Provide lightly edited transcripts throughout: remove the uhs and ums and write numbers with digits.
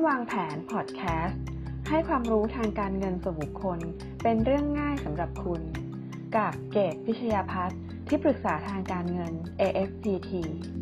วางแผนพอดแคสต์ให้ความรู้ทางการเงินส่วนบุคคลเป็นเรื่องง่ายสำหรับคุณกับเกตพิชยาภัทรที่ปรึกษาทางการเงิน AFPT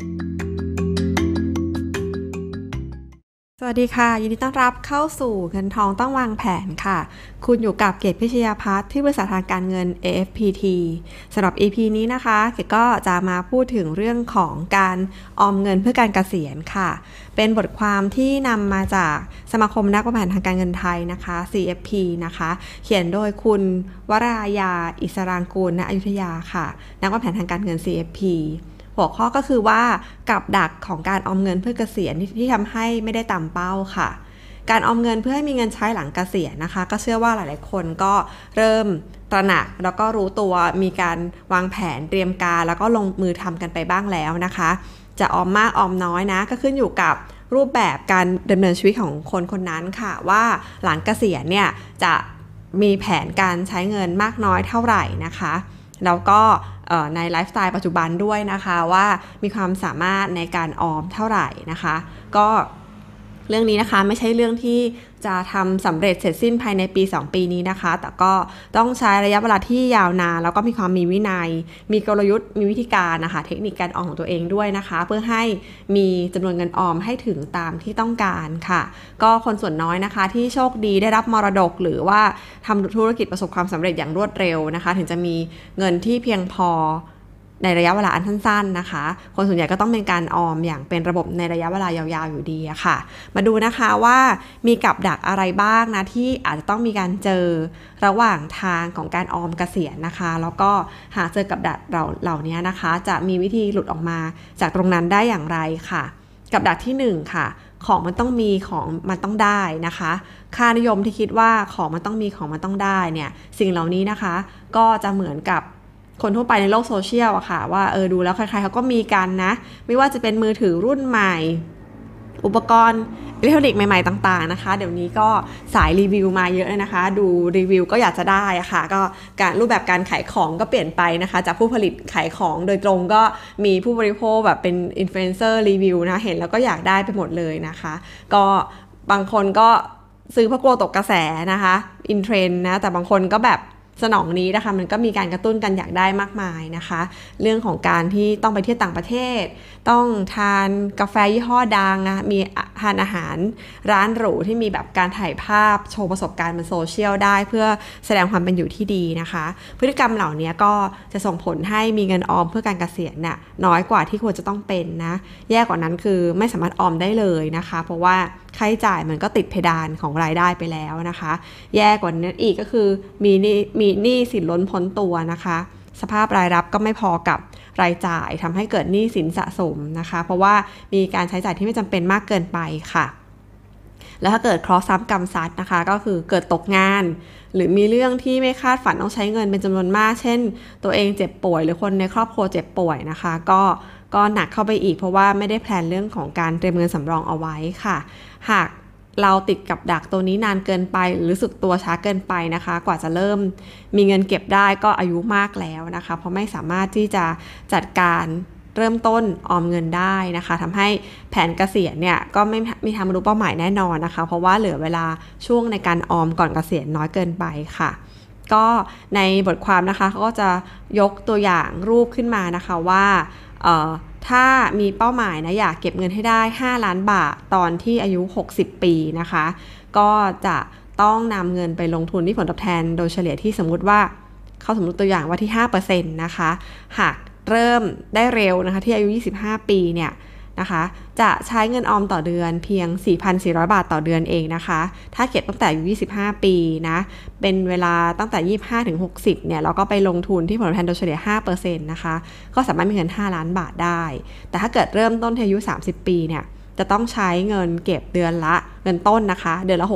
สวัสดีค่ะยินดีต้อนรับเข้าสู่เงินทองต้องวางแผนค่ะคุณอยู่กับเกตพิชยาภัทรที่ปรึกษาทางการเงิน AFPT สำหรับ EP นี้นะคะเกตก็จะมาพูดถึงเรื่องของการออมเงินเพื่อการเกษียณค่ะเป็นบทความที่นำมาจากสมาคมนักวางแผนทางการเงินไทยนะคะ CFP นะคะเขียนโดยคุณวรายาอิสรางกูลณอยุธยาค่ะนักวางแผนทางการเงิน CFPหัวข้อก็คือว่ากับดักของการออมเงินเพื่อเกษียณที่ทำให้ไม่ได้ตามเป้าค่ะการออมเงินเพื่อให้มีเงินใช้หลังเกษียณนะคะก็เชื่อว่าหลายๆคนก็เริ่มตระหนักแล้วก็รู้ตัวมีการวางแผนเตรียมการแล้วก็ลงมือทำกันไปบ้างแล้วนะคะจะออมมากออมน้อยนะก็ขึ้นอยู่กับรูปแบบการดำเนินชีวิตของคนคนนั้นค่ะว่าหลังเกษียณเนี่ยจะมีแผนการใช้เงินมากน้อยเท่าไหร่นะคะแล้วก็ในไลฟ์สไตล์ปัจจุบันด้วยนะคะว่ามีความสามารถในการออมเท่าไหร่นะคะก็เรื่องนี้นะคะไม่ใช่เรื่องที่จะทำสำเร็จเสร็จสิ้นภายในปี2ปีนี้นะคะแต่ก็ต้องใช้ระยะเวลาที่ยาวนานแล้วก็มีความมีวินัยมีกลยุทธ์มีวิธีการนะคะเทคนิคการออมของตัวเองด้วยนะคะเพื่อให้มีจำนวนเงินออมให้ถึงตามที่ต้องการค่ะก็คนส่วนน้อยนะคะที่โชคดีได้รับมรดกหรือว่าทำธุรกิจประสบความสำเร็จอย่างรวดเร็วนะคะถึงจะมีเงินที่เพียงพอในระยะเวลาอันสั้นๆนะคะคนส่วนใหญ่ก็ต้องเป็นการออมอย่างเป็นระบบในระยะเวลายาวๆอยู่ดีอะค่ะมาดูนะคะว่ามีกับดักอะไรบ้างนะที่อาจจะต้องมีการเจอระหว่างทางของการออมเกษียณนะคะแล้วก็หากเจอกับดักเหล่านี้นะคะจะมีวิธีหลุดออกมาจากตรงนั้นได้อย่างไรค่ะกับดักที่1ค่ะของมันต้องมีของมันต้องได้นะคะค่านิยมที่คิดว่าของมันต้องมีของมันต้องได้เนี่ยสิ่งเหล่านี้นะคะก็จะเหมือนกับคนทั่วไปในโลกโซเชียลอะค่ะว่าดูแล้วใครๆเขาก็มีกันนะไม่ว่าจะเป็นมือถือรุ่นใหม่อุปกรณ์อิเล็กทรอนิกส์ใหม่ๆต่างๆนะคะเดี๋ยวนี้ก็สายรีวิวมาเยอะเลยนะคะดูรีวิวก็อยากจะได้อะค่ะก็การรูปแบบการขายของก็เปลี่ยนไปนะคะจากผู้ผลิตขายของโดยตรงก็มีผู้บริโภคแบบเป็นอินฟลูเอนเซอร์รีวิวนะเห็นแล้วก็อยากได้ไปหมดเลยนะคะก็บางคนก็ซื้อเพราะกลัวตกกระแสนะคะอินเทรนด์นะแต่บางคนก็แบบสนองนี้นะคะมันก็มีการกระตุ้นกันอยากได้มากมายนะคะเรื่องของการที่ต้องไปเที่ยวต่างประเทศต้องทานกาแฟยี่ห้อดังนะมีทานอาหารร้านหรูที่มีแบบการถ่ายภาพโชว์ประสบการณ์บนโซเชียลได้เพื่อแสดงความเป็นอยู่ที่ดีนะคะพฤติกรรมเหล่านี้ก็จะส่งผลให้มีเงินออมเพื่อการเกษียณน่ะน้อยกว่าที่ควรจะต้องเป็นนะแย่กว่านั้นคือไม่สามารถออมได้เลยนะคะเพราะว่าค่าใช้จ่ายมันก็ติดเพดานของรายได้ไปแล้วนะคะแย่กว่านั้นอีกก็คือมีหนี้สินล้นพ้นตัวนะคะสภาพรายรับก็ไม่พอกับรายจ่ายทำให้เกิดหนี้สินสะสมนะคะเพราะว่ามีการใช้จ่ายที่ไม่จำเป็นมากเกินไปค่ะแล้วถ้าเกิดเคราะห์ซ้ำกรรมซัดนะคะก็คือเกิดตกงานหรือมีเรื่องที่ไม่คาดฝันต้องใช้เงินเป็นจำนวนมากเช่นตัวเองเจ็บป่วยหรือคนในครอบครัวเจ็บป่วยนะคะก็หนักเข้าไปอีกเพราะว่าไม่ได้แพลนเรื่องของการเตรียมเงินสำรองเอาไว้ค่ะหากเราติดกับดักตัวนี้นานเกินไปหรือรู้สึกตัวช้าเกินไปนะคะกว่าจะเริ่มมีเงินเก็บได้ก็อายุมากแล้วนะคะเพราะไม่สามารถที่จะจัดการเริ่มต้นออมเงินได้นะคะทำให้แผนเกษียณเนี่ยก็ไม่ทำบรรลุเป้าหมายแน่นอนนะคะเพราะว่าเหลือเวลาช่วงในการออมก่อนเกษียณน้อยเกินไปค่ะก็ในบทความนะคะเขาก็จะยกตัวอย่างรูปขึ้นมานะคะว่าถ้ามีเป้าหมายนะอยากเก็บเงินให้ได้5ล้านบาทตอนที่อายุ60ปีนะคะก็จะต้องนำเงินไปลงทุนที่ผลตอบแทนโดยเฉลี่ยที่สมมุติว่าเขาสมมติตัวอย่างว่าที่ 5% นะคะหากเริ่มได้เร็วนะคะที่อายุ25ปีเนี่ยนะคะจะใช้เงินออมต่อเดือนเพียง 4,400 บาทต่อเดือนเองนะคะถ้าเก็บตั้งแต่อายุ25ปีนะเป็นเวลาตั้งแต่25ถึง60เนี่ยแล้วก็ไปลงทุนที่ผลตอบแทนโดยเฉลี่ย 5% นะคะก็สามารถมีเงิน5ล้านบาทได้แต่ถ้าเกิดเริ่มต้นที่อายุ30ปีเนี่ยจะต้องใช้เงินเก็บเดือนละเงินต้นนะคะเดือนละ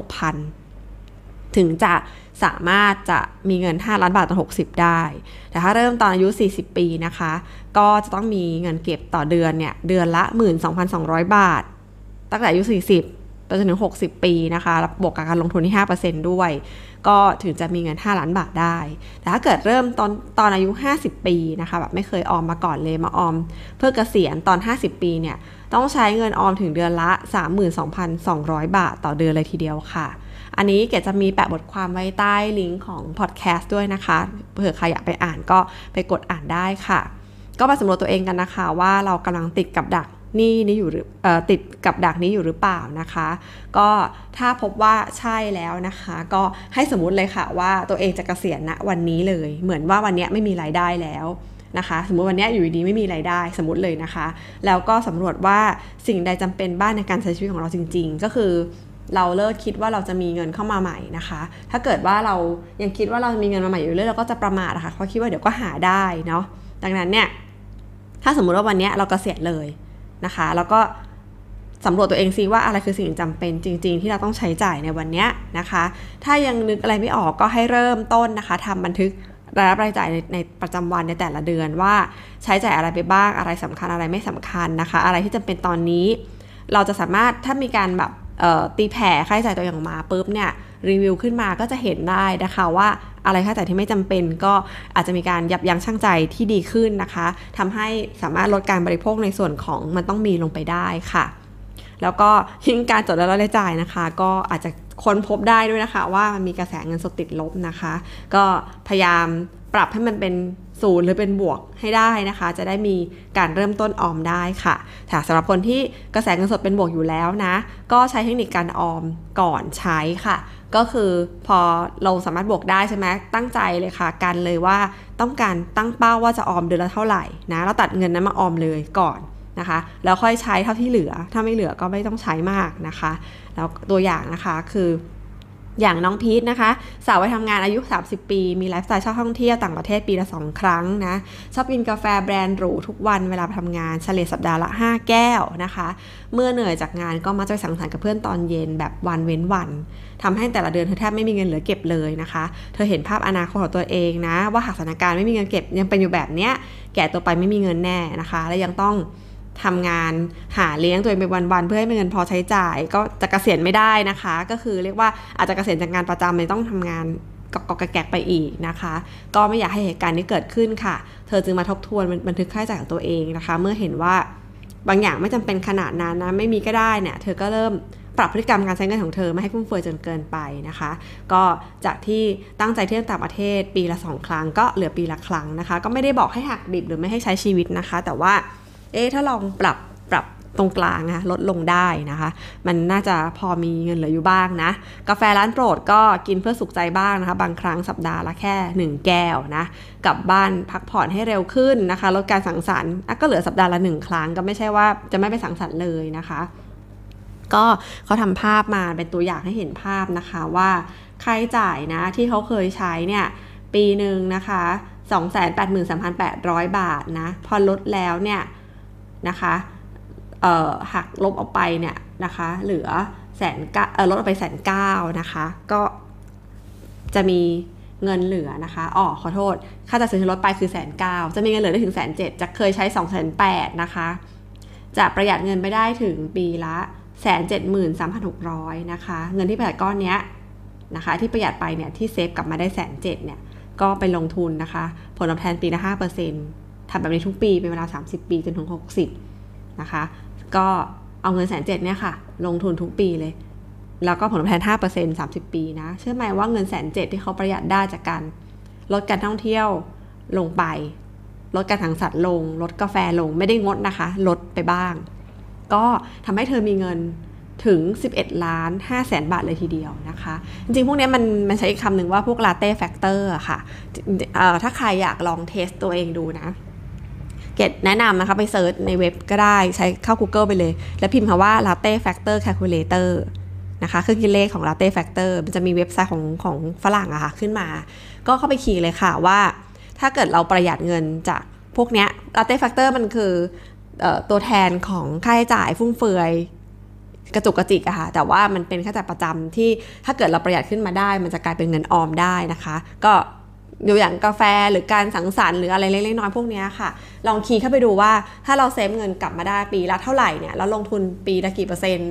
6,000 ถึงจะสามารถจะมีเงิน5ล้านบาทตอน60ได้แต่ถ้าเริ่มตอนอายุ40ปีนะคะก็จะต้องมีเงินเก็บต่อเดือนเนี่ยเดือนละ 12,200 บาทตั้งแต่อายุ40ไปจนถึง60ปีนะคะบวกกับการลงทุนที่ 5% ด้วยก็ถึงจะมีเงิน5ล้านบาทได้แต่ถ้าเกิดเริ่มตอนอายุ50ปีนะคะแบบไม่เคยออมมาก่อนเลยมาออมเพื่อเกษียณตอน50ปีเนี่ยต้องใช้เงินออมถึงเดือนละ 32,200 บาทต่อเดือนเลยทีเดียวค่ะอันนี้เกดจะมีแปะบทความไว้ใต้ลิงก์ของพอดแคสต์ด้วยนะคะเผื่อใครอยากไปอ่านก็ไปกดอ่านได้ค่ะก็มาสำรวจตัวเองกันนะคะว่าเรากำลังติดกับดักนี้อยู่หรือติดกับดักนี้อยู่หรือเปล่านะคะก็ถ้าพบว่าใช่แล้วนะคะก็ให้สมมุติเลยค่ะว่าตัวเองจะเกษียณณวันนี้เลยเหมือนว่าวันนี้ไม่มีรายได้แล้วนะคะสมมุติวันนี้อยู่ดีไม่มีรายได้สมมุติเลยนะคะแล้วก็สำรวจว่าสิ่งใดจำเป็นบ้างในการใช้ชีวิตของเราจริงๆก็คือเราเลิกคิดว่าเราจะมีเงินเข้ามาใหม่นะคะถ้าเกิดว่าเรายังคิดว่าเรามีเงินมาใหม่อยู่เรื่อยเราก็จะประมาทนะคะเพราะคิดว่าเดี๋ยวก็หาได้เนาะดังนั้นเนี่ยถ้าสมมุติว่าวันนี้เราเกษียณเลยนะคะแล้วก็สำรวจตัวเองซิว่าอะไรคือสิ่งจำเป็นจริงๆที่เราต้องใช้จ่ายในวันนี้นะคะถ้ายังนึกอะไรไม่ออกก็ให้เริ่มต้นนะคะทำบันทึกรายรับรายจ่ายในประจำวันในแต่ละเดือนว่าใช้จ่ายอะไรไปบ้างอะไรสำคัญอะไรไม่สำคัญนะคะอะไรที่จำเป็นตอนนี้เราจะสามารถถ้ามีการแบบตีแผ่ค่าใช้จ่ายตัวอย่างมาปุ๊บเนี่ยรีวิวขึ้นมาก็จะเห็นได้นะคะว่าอะไรค่าใช้จ่ายที่ไม่จำเป็นก็อาจจะมีการยับยั้งชั่งใจที่ดีขึ้นนะคะทำให้สามารถลดการบริโภคในส่วนของมันต้องมีลงไปได้ค่ะแล้วก็ยิ่งการจดรายรับรายจ่ายนะคะก็อาจจะค้นพบได้ด้วยนะคะว่ามันมีกระแสเงินสดติดลบนะคะก็พยายามปรับให้มันเป็นศูนย์หรือเป็นบวกให้ได้นะคะจะได้มีการเริ่มต้นออมได้ค่ะแต่สำหรับคนที่กระแสเงินสดเป็นบวกอยู่แล้วนะก็ใช้เทคนิคการออมก่อนใช้ค่ะก็คือพอเราสามารถบวกได้ใช่ไหมตั้งใจเลยค่ะกันเลยว่าต้องการตั้งเป้าว่าจะออมเดือนละเท่าไหร่นะแล้วตัดเงินนั้นมาออมเลยก่อนนะคะแล้วค่อยใช้เท่าที่เหลือถ้าไม่เหลือก็ไม่ต้องใช้มากนะคะแล้วตัวอย่างนะคะคืออย่างน้องพีทนะคะสาววัยทำงานอายุ30ปีมีไลฟ์สไตล์ชอบท่องเที่ยวต่างประเทศปีละ2ครั้งนะชอบกินกาแฟแบรนด์หรูทุกวันเวลาไปทำงานเฉลี่ยสัปดาห์ละ5แก้วนะคะเมื่อเหนื่อยจากงานก็มาจะไปสังสรรค์กับเพื่อนตอนเย็นแบบวันเว้นวันทำให้แต่ละเดือนเธอแทบไม่มีเงินเหลือเก็บเลยนะคะเธอเห็นภาพอนาคตของตัวเองนะว่าหากสถานการณ์ไม่มีเงินเก็บยังเป็นอยู่แบบเนี้ยแก่ตัวไปไม่มีเงินแน่นะคะและยังต้องทำงานหาเลี้ยงตัวเองไปวันๆเพื่อให้มีเงินพอใช้จ่ายก็จะเกษียณไม่ได้นะคะก็คือเรียกว่าอาจจะเกษียณจากงานประจำเลยต้องทำงานกอกแกกไปอีกนะคะก็ไม่อยากให้เหตุการณ์นี้เกิดขึ้นค่ะเธอจึงมาทบทวนบันทึกค่าใช้จ่ายของตัวเองนะคะเมื่อเห็นว่าบางอย่างไม่จำเป็นขนาดนั้นนะไม่มีก็ได้เนี่ยเธอก็เริ่มปรับพฤติกรรมการใช้เงินของเธอไม่ให้ฟุ่มเฟือยจนเกินไปนะคะก็จากที่ตั้งใจเที่ยวต่างประเทศปีละ2ครั้งก็เหลือปีละครั้งนะคะก็ไม่ได้บอกให้หักดิบหรือไม่ให้ใช้ชีวิตนะคะแต่ว่าถ้าลองปรับตรงกลางนะลดลงได้นะคะมันน่าจะพอมีเงินเหลืออยู่บ้างนะกาแฟร้านโปรดก็กินเพื่อสุขใจบ้างนะคะบางครั้งสัปดาห์ละแค่1แก้วนะกลับบ้านพักผ่อนให้เร็วขึ้นนะคะลดการสังสรรค์ก็เหลือสัปดาห์ละ1ครั้งก็ไม่ใช่ว่าจะไม่ไปสังสรรค์เลยนะคะก็เขาทำภาพมาเป็นตัวอย่างให้เห็นภาพนะคะว่าค่าใช้จ่ายนะที่เขาเคยใช้เนี่ยปีนึงนะคะ 283,800 บาทนะพอลดแล้วเนี่ยนะคะหักลบออกไปเนี่ยนะคะเหลือลดออกไป190,000นะคะก็จะมีเงินเหลือนะคะขอโทษค่าจัดซื้อลดไปคือ190,000จะมีเงินเหลือได้ถึง170,000จะเคยใช้280,000นะคะจะประหยัดเงินไปได้ถึงปีละ173,600นะคะเงินที่ประหยัดก้อนนี้นะคะที่ประหยัดไปเนี่ยที่เซฟกลับมาได้170,000เนี่ยก็ไปลงทุนนะคะผลตอบแทนปีละ 5% ทำแบบนี้ทุกปีเป็นเวลา30ปีจนถึง60นะคะก็เอาเงิน170,000เนี่ยค่ะลงทุนทุกปีเลยแล้วก็ผลตอบแทน 5% 30 ปีนะเชื่อไหมว่าเงิน170,000ที่เขาประหยัดได้จากการลดการท่องเที่ยวลงไปลดการสังสรรค์ลงลดกาแฟลงไม่ได้งดนะคะลดไปบ้างก็ทำให้เธอมีเงินถึง 11,500,000 บาทเลยทีเดียวนะคะจริงๆพวกนี้มันใช้อีกคำหนึ่งว่าพวกลาเต้แฟกเตอร์ค่ะถ้าใครอยากลองเทสตัวเองดูนะเกดแนะนำนะคะไปเซิร์ชในเว็บก็ได้ใช้เข้า Google ไปเลยแล้วพิมพ์คำว่า Latte Factor Calculator นะคะเครื่องคิดเลขของ Latte Factor มันจะมีเว็บไซต์ของฝรั่งอะค่ะขึ้นมาก็เข้าไปคีย์เลยค่ะว่าถ้าเกิดเราประหยัดเงินจากพวกเนี้ย Latte Factor มันคือตัวแทนของค่าใช้จ่ายฟุ่มเฟือยกระจุกกระจิกอะค่ะแต่ว่ามันเป็นค่าใช้จ่ายประจำที่ถ้าเกิดเราประหยัดขึ้นมาได้มันจะกลายเป็นเงินออมได้นะคะก็อยู่อย่างกาแฟหรือการสังสรรค์หรืออะไรเล็กๆน้อยๆพวกนี้ค่ะลองคีย์เข้าไปดูว่าถ้าเราเซฟเงินกลับมาได้ปีละเท่าไหร่เนี่ยแล้วลงทุนปีละกี่เปอร์เซ็นต์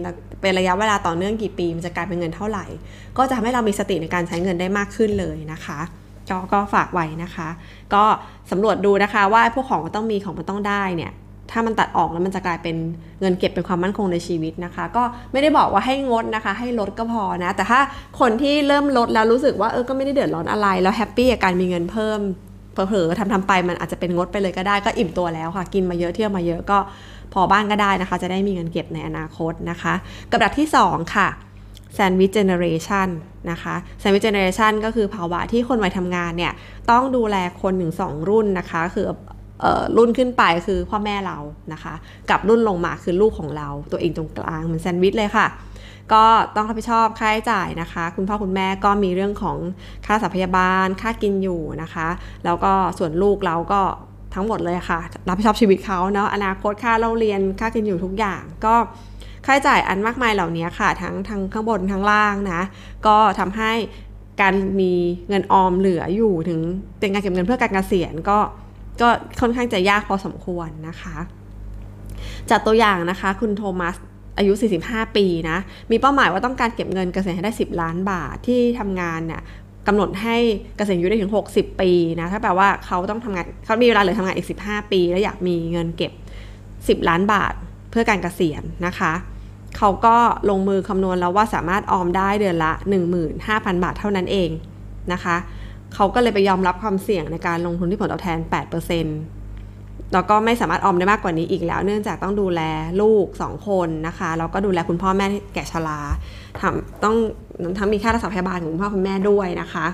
เป็นระยะเวลาต่อเนื่องกี่ปีมันจะกลายเป็นเงินเท่าไหร่ก็จะทำให้เรามีสติในการใช้เงินได้มากขึ้นเลยนะคะก็ฝากไว้นะคะก็สำรวจดูนะคะว่าพวกของมันต้องมีของมันต้องได้เนี่ยถ้ามันตัดออกแล้วมันจะกลายเป็นเงินเก็บเป็นความมั่นคงในชีวิตนะคะก็ไม่ได้บอกว่าให้งดนะคะให้ลดก็พอนะแต่ถ้าคนที่เริ่มลดแล้วรู้สึกว่าก็ไม่ได้เดือดร้อนอะไรแล้วแฮปปี้กับการมีเงินเพิ่มเผลอๆทำไปมันอาจจะเป็นงดไปเลยก็ได้ก็อิ่มตัวแล้วค่ะกินมาเยอะเที่ยวมาเยอะก็พอบ้างก็ได้นะคะจะได้มีเงินเก็บในอนาคตนะคะกับดักที่2ค่ะแซนด์วิชเจเนเรชันนะคะแซนด์วิชเจเนเรชันก็คือภาวะที่คนวัยทำงานเนี่ยต้องดูแลคนถึง2รุ่นนะคะคือรุ่นขึ้นไปคือพ่อแม่เรานะคะกับรุ่นลงมาคือลูกของเราตัวเองตรงกลางเหมือนแซนด์วิชเลยค่ะก็ต้องรับผิดชอบค่าใช้จ่ายนะคะคุณพ่อคุณแม่ก็มีเรื่องของค่ารักษาพยาบาลค่ากินอยู่นะคะแล้วก็ส่วนลูกเราก็ทั้งหมดเลยค่ะรับผิดชอบชีวิตเขาเนาะอนาคตค่าเล่าเรียนค่ากินอยู่ทุกอย่างก็ค่าใช้จ่ายอันมากมายเหล่านี้ค่ะทั้งข้างบนทั้งล่างนะก็ทำให้การมีเงินออมเหลืออยู่ถึงเป็นการเก็บเงินเพื่อการเกษียณก็ค่อนข้างจะยากพอสมควรนะคะจากตัวอย่างนะคะคุณโทมัสอายุ45ปีนะมีเป้าหมายว่าต้องการเก็บเงินเกษียณให้ได้10ล้านบาทที่ทำงานเนี่ยกำหนดให้เกษียณอายุได้ถึง60ปีนะถ้าแปลว่าเขาต้องทำงานเขามีเวลาเหลือทำงานอีก15ปีแล้วอยากมีเงินเก็บ10ล้านบาทเพื่อการเกษียณนะคะเขาก็ลงมือคำนวณแล้วว่าสามารถออมได้เดือนละ 15,000 บาทเท่านั้นเองนะคะเขาก็เลยไปยอมรับความเสี่ยงในการลงทุนที่ผลตอบแทน 8% แล้วก็ไม่สามารถออมได้มากกว่านี้อีกแล้วเนื่องจากต้องดูแลลูก2คนนะคะแล้วก็ดูแลคุณพ่อแม่ที่แก่ชราต้องทั้งมีค่ารักษาพยาบาลของคุณพ่อคุณแม่ด้วยนะคะ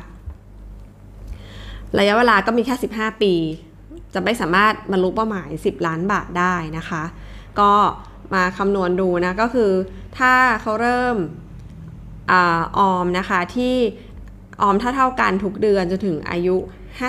ระยะเวลาก็มีแค่15ปีจะไม่สามารถบรรลุเป้าหมาย10ล้านบาทได้นะคะก็มาคำนวณดูนะก็คือถ้าเขาเริ่มออมนะคะที่ออมเท่ากันทุกเดือนจนถึงอายุ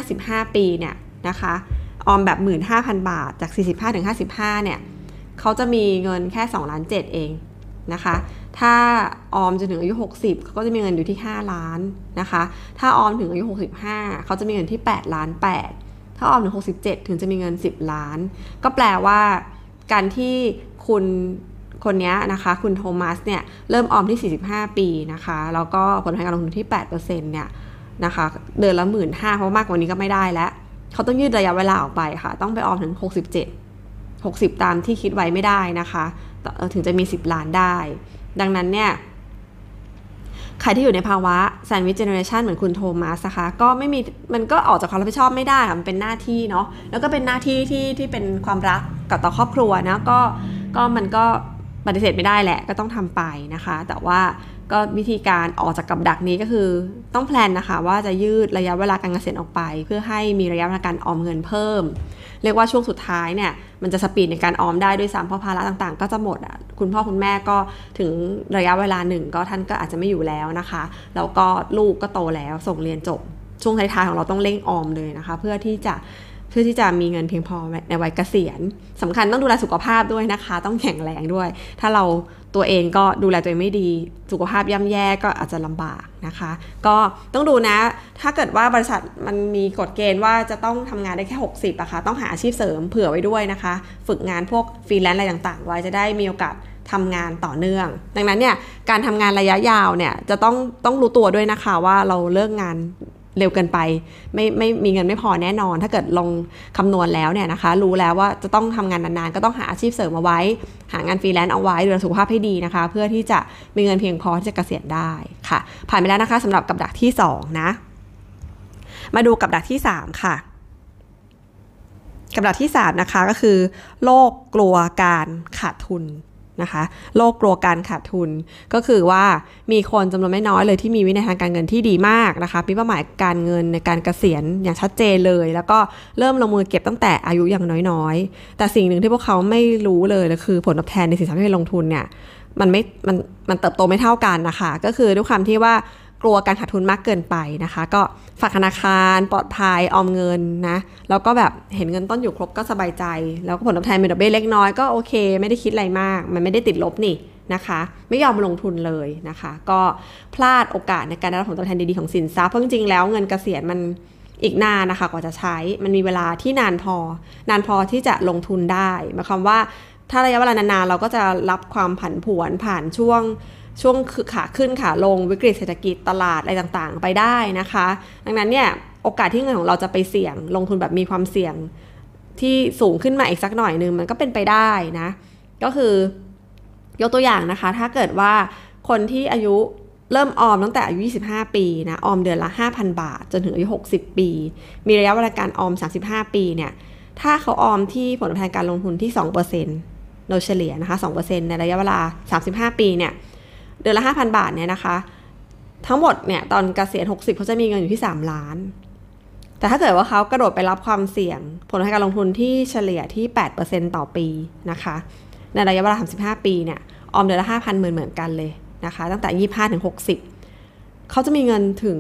55ปีเนี่ยนะคะออมแบบ 15,000 บาทจาก45ถึง55เนี่ยเขาจะมีเงินแค่2.7 ล้านเองนะคะถ้าออมจนถึงอายุ60เขาก็จะมีเงินอยู่ที่5ล้านนะคะถ้าออมถึงอายุ65เขาจะมีเงินที่8.8 ล้านถ้าออมถึง67ถึงจะมีเงิน10ล้านก็แปลว่าการที่คุณคนนี้นะคะคุณโทมัสเนี่ยเริ่มออมที่45ปีนะคะแล้วก็ผลตอบแทนการลงทุนที่ 8% เนี่ยนะคะเดือนละ 15,000 เพราะมากกว่านี้ก็ไม่ได้แล้วเขาต้องยืดระยะเวลาออกไปค่ะต้องไปออมถึง60ตามที่คิดไว้ไม่ได้นะคะถึงจะมี10ล้านได้ดังนั้นเนี่ยใครที่อยู่ในภาวะแซนด์วิชเจเนอเรชันเหมือนคุณโทมัสนะคะก็ไม่มีมันก็ออกจากความรับผิดชอบไม่ได้มันเป็นหน้าที่เนาะแล้วก็เป็นหน้าที่ที่เป็นความรักกับต่อครอบครัวนะก็มันก็ปฏิเสธไม่ได้แหละก็ต้องทำไปนะคะแต่ว่าก็วิธีการออกจากกับดักนี้ก็คือต้องแพลนนะคะว่าจะยืดระยะเวลาการเกษียณออกไปเพื่อให้มีระยะเวลาการออมเงินเพิ่มเรียกว่าช่วงสุดท้ายเนี่ยมันจะสปีดในการออมได้ด้วยซ้ำเพราะภาระต่างๆก็จะหมดคุณพ่อคุณแม่ก็ถึงระยะเวลาหนึ่งก็ท่านก็อาจจะไม่อยู่แล้วนะคะแล้วก็ลูกก็โตแล้วส่งเรียนจบช่วงท้ายๆของเราต้องเร่งออมเลยนะคะเพื่อที่จะมีเงินเพียงพอในวัยเกษียณสำคัญต้องดูแลสุขภาพด้วยนะคะต้องแข็งแรงด้วยถ้าเราตัวเองก็ดูแลตัวเองไม่ดีสุขภาพย่ำแย่ก็อาจจะลำบากนะคะก็ต้องดูนะถ้าเกิดว่าบริษัทมันมีกฎเกณฑ์ว่าจะต้องทำงานได้แค่60อะค่ะต้องหาอาชีพเสริมเผื่อไว้ด้วยนะคะฝึกงานพวกฟรีแลนซ์อะไรต่างๆไว้จะได้มีโอกาสทำงานต่อเนื่องดังนั้นเนี่ยการทำงานระยะยาวเนี่ยจะต้องรู้ตัวด้วยนะคะว่าเราเลิกงานเร็วเกินไปไม่มีเงินไม่พอแน่นอนถ้าเกิดลงคำนวณแล้วเนี่ยนะคะรู้แล้วว่าจะต้องทำงานนานๆก็ต้องหาอาชีพเสริมเอาไว้หางานฟรีแลนซ์เอาไว้ดูแลสุขภาพให้ดีนะคะเพื่อที่จะมีเงินเพียงพอที่จะเกษียณได้ค่ะผ่านไปแล้วนะคะสำหรับกับดักที่2นะมาดูกับดักที่3ค่ะกับดักที่3นะคะก็คือโรคกลัวการขาดทุนนะคะโรคกลัวการขาดทุนก็คือว่ามีคนจำนวนไม่น้อยเลยที่มีวินัยทางการเงินที่ดีมากนะคะมีเป้าหมายการเงินในการเกษียณอย่างชัดเจนเลยแล้วก็เริ่มลงมือเก็บตั้งแต่อายุยังน้อยๆแต่สิ่งหนึ่งที่พวกเขาไม่รู้เลยก็คือผลตอบแทนในสินทรัพย์ที่ลงทุนเนี่ยมันเติบโตไม่เท่ากันนะคะก็คือด้วยความที่ว่ากลัวการขาดทุนมากเกินไปนะคะก็ฝากธนาคารปลอดภัยออมเงินนะแล้วก็แบบเห็นเงินต้นอยู่ครบก็สบายใจแล้วก็ผลตอบแทนเป็นดอกเบี้ยเล็กน้อยก็โอเคไม่ได้คิดอะไรมากมันไม่ได้ติดลบนี่นะคะไม่ยอมลงทุนเลยนะคะก็พลาดโอกาสในการได้รับผลตอบแทนดีๆของสินทรัพย์เพราะจริงๆแล้วเงินเกษียณมันอีกนานนะคะกว่าจะใช้มันมีเวลาที่นานพอที่จะลงทุนได้หมายความว่าถ้าระยะเวลานานๆเราก็จะรับความผันผวนผ่านช่วงขาขึ้นขาลงวิกฤตเศรษฐกิจตลาดอะไรต่างๆไปได้นะคะดังนั้นเนี่ยโอกาสที่เงินของเราจะไปเสี่ยงลงทุนแบบมีความเสี่ยงที่สูงขึ้นมาอีกสักหน่อยนึงมันก็เป็นไปได้นะก็คือยกตัวอย่างนะคะถ้าเกิดว่าคนที่อายุเริ่มออมตั้งแต่อายุ25ปีนะออมเดือนละ 5,000 บาทจนถึงอายุ60ปีมีระยะเวลาการออม35ปีเนี่ยถ้าเขาออมที่ผลตอบแทนการลงทุนที่ 2% โดยเฉลี่ยนะคะ 2% ในระยะเวลา35ปีเนี่ยเดือนละ 5,000 บาทเนี่ยนะคะทั้งหมดเนี่ยตอนเกษียณ60เขาจะมีเงินอยู่ที่3ล้านแต่ถ้าเกิดว่าเขากระโดดไปรับความเสี่ยงผลตอบแทนการลงทุนที่เฉลี่ยที่ 8% ต่อปีนะคะในระยะเวลา35ปีเนี่ยออมเดือนละ 5,000 เหมือนกันเลยนะคะตั้งแต่25ถึง60เขาจะมีเงินถึง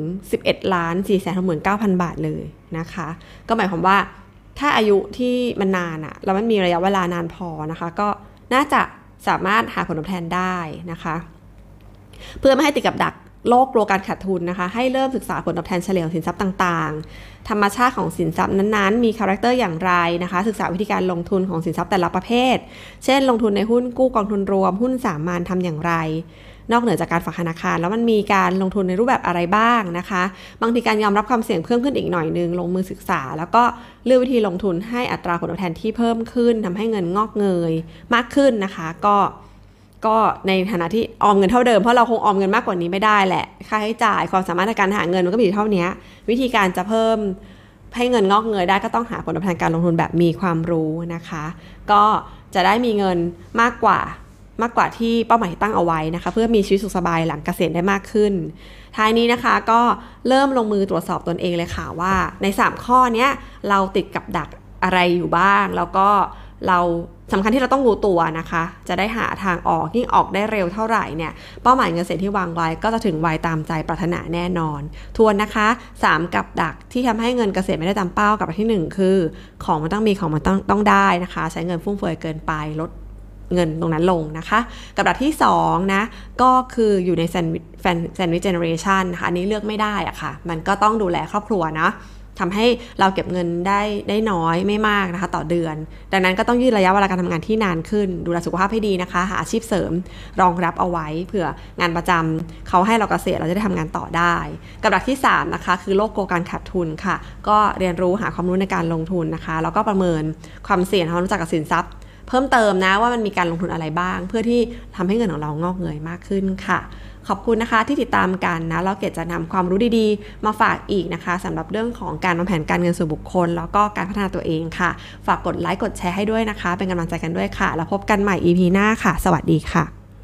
11,469,000 บาทเลยนะคะก็หมายความว่าถ้าอายุที่มันนานอะแล้วมันมีระยะเวลานานพอนะคะก็น่าจะสามารถหาผลตอบแทนได้นะคะเพื่อไม่ให้ติดกับดักโลกกลัวการขาดทุนนะคะให้เริ่มศึกษาผลตอบแทนเฉลี่ยของสินทรัพย์ต่างๆธรรมชาติของสินทรัพย์นั้นๆมีคาแรคเตอร์อย่างไรนะคะศึกษาวิธีการลงทุนของสินทรัพย์แต่ละประเภทเช่นลงทุนในหุ้นกู้กองทุนรวมหุ้นสามัญทำอย่างไรนอกเหนือจากการฝากธนาคารแล้วมันมีการลงทุนในรูปแบบอะไรบ้างนะคะบางทีการยอมรับความเสี่ยงเพิ่มขึ้นอีกหน่อยนึงลงมือศึกษาแล้วก็เลือกวิธีลงทุนให้อัตราผลตอบแทนที่เพิ่มขึ้นทำให้เงินงอกเงยมากขึ้นนะคะก็ในฐานะที่ออมเงินเท่าเดิมเพราะเราคงออมเงินมากกว่านี้ไม่ได้แหละค่าใช้จ่ายความสามารถในการหาเงินมันก็มีอยู่เท่านี้วิธีการจะเพิ่มให้เงินงอกเงยได้ก็ต้องหาผลตอบแทนการลงทุนแบบมีความรู้นะคะก็จะได้มีเงินมากกว่าที่เป้าหมายตั้งเอาไว้นะคะเพื่อมีชีวิตสุขสบายหลังเกษียณได้มากขึ้นท้ายนี้นะคะก็เริ่มลงมือตรวจสอบตนเองเลยค่ะว่าใน3ข้อนี้เราติดกับดักอะไรอยู่บ้างแล้วก็เราสำคัญที่เราต้องรู้ตัวนะคะจะได้หาทางออกยิ่งออกได้เร็วเท่าไหร่เนี่ยเป้าหมายเงินเสร็จที่วางไว้ก็จะถึงไวตามใจปรารถนาแน่นอนทวนนะคะ3กับดักที่ทำให้เงินเกษตรไม่ได้ตามเป้ากับที่1คือของมันต้องมีของมันต้องได้นะคะใช้เงินฟุ่มเฟือยเกินไปลดเงินตรงนั้นลงนะคะกับดักที่2นะก็คืออยู่ในแซนด์วิชเจเนอเรชันนะคะอันนี้เลือกไม่ได้อะค่ะมันก็ต้องดูแลครอบครัวนะทำให้เราเก็บเงินได้น้อยไม่มากนะคะต่อเดือนดังนั้นก็ต้องยืดระยะเวลาการทำงานที่นานขึ้นดูแลสุขภาพให้ดีนะคะหาอาชีพเสริมรองรับเอาไว้เผื่องานประจำเขาให้เราเกษียณเราจะได้ทำงานต่อได้กับดักที่3นะคะคือโลกกลัวการขาดทุนค่ะก็เรียนรู้หาความรู้ในการลงทุนนะคะแล้วก็ประเมินความเสี่ยงความรู้จักกับสินทรัพย์เพิ่มเติมนะว่ามันมีการลงทุนอะไรบ้างเพื่อที่ทำให้เงินของเรางอกเงยมากขึ้นค่ะขอบคุณนะคะที่ติดตามกันนะแล้วเกดจะนำความรู้ดีๆมาฝากอีกนะคะสำหรับเรื่องของการวางแผนการเงินส่วนบุคคลแล้วก็การพัฒนาตัวเองค่ะฝากกดไลค์กดแชร์ให้ด้วยนะคะเป็นกำลังใจกันด้วยค่ะแล้วพบกันใหม่ EP หน้าค่ะสวัสดีค่ะ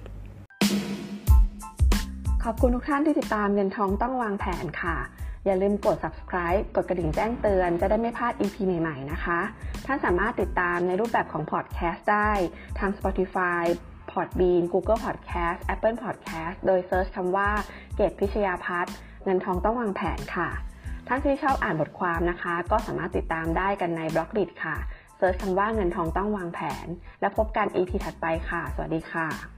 ขอบคุณทุกท่านที่ติดตามเงินทองต้องวางแผนค่ะอย่าลืมกด subscribe กดกระดิ่งแจ้งเตือนจะได้ไม่พลาด EP ใหม่ๆนะคะท่านสามารถติดตามในรูปแบบของ podcast ได้ทาง Spotify Podbean Google Podcast Apple Podcast โดยเซิร์ชคำว่าเกตพิชยาภัทรเงินทองต้องวางแผนค่ะท่านที่ชอบอ่านบทความนะคะก็สามารถติดตามได้กันใน Blogdit ค่ะเซิร์ชคำว่าเงินทองต้องวางแผนแล้วพบกัน EP ถัดไปค่ะสวัสดีค่ะ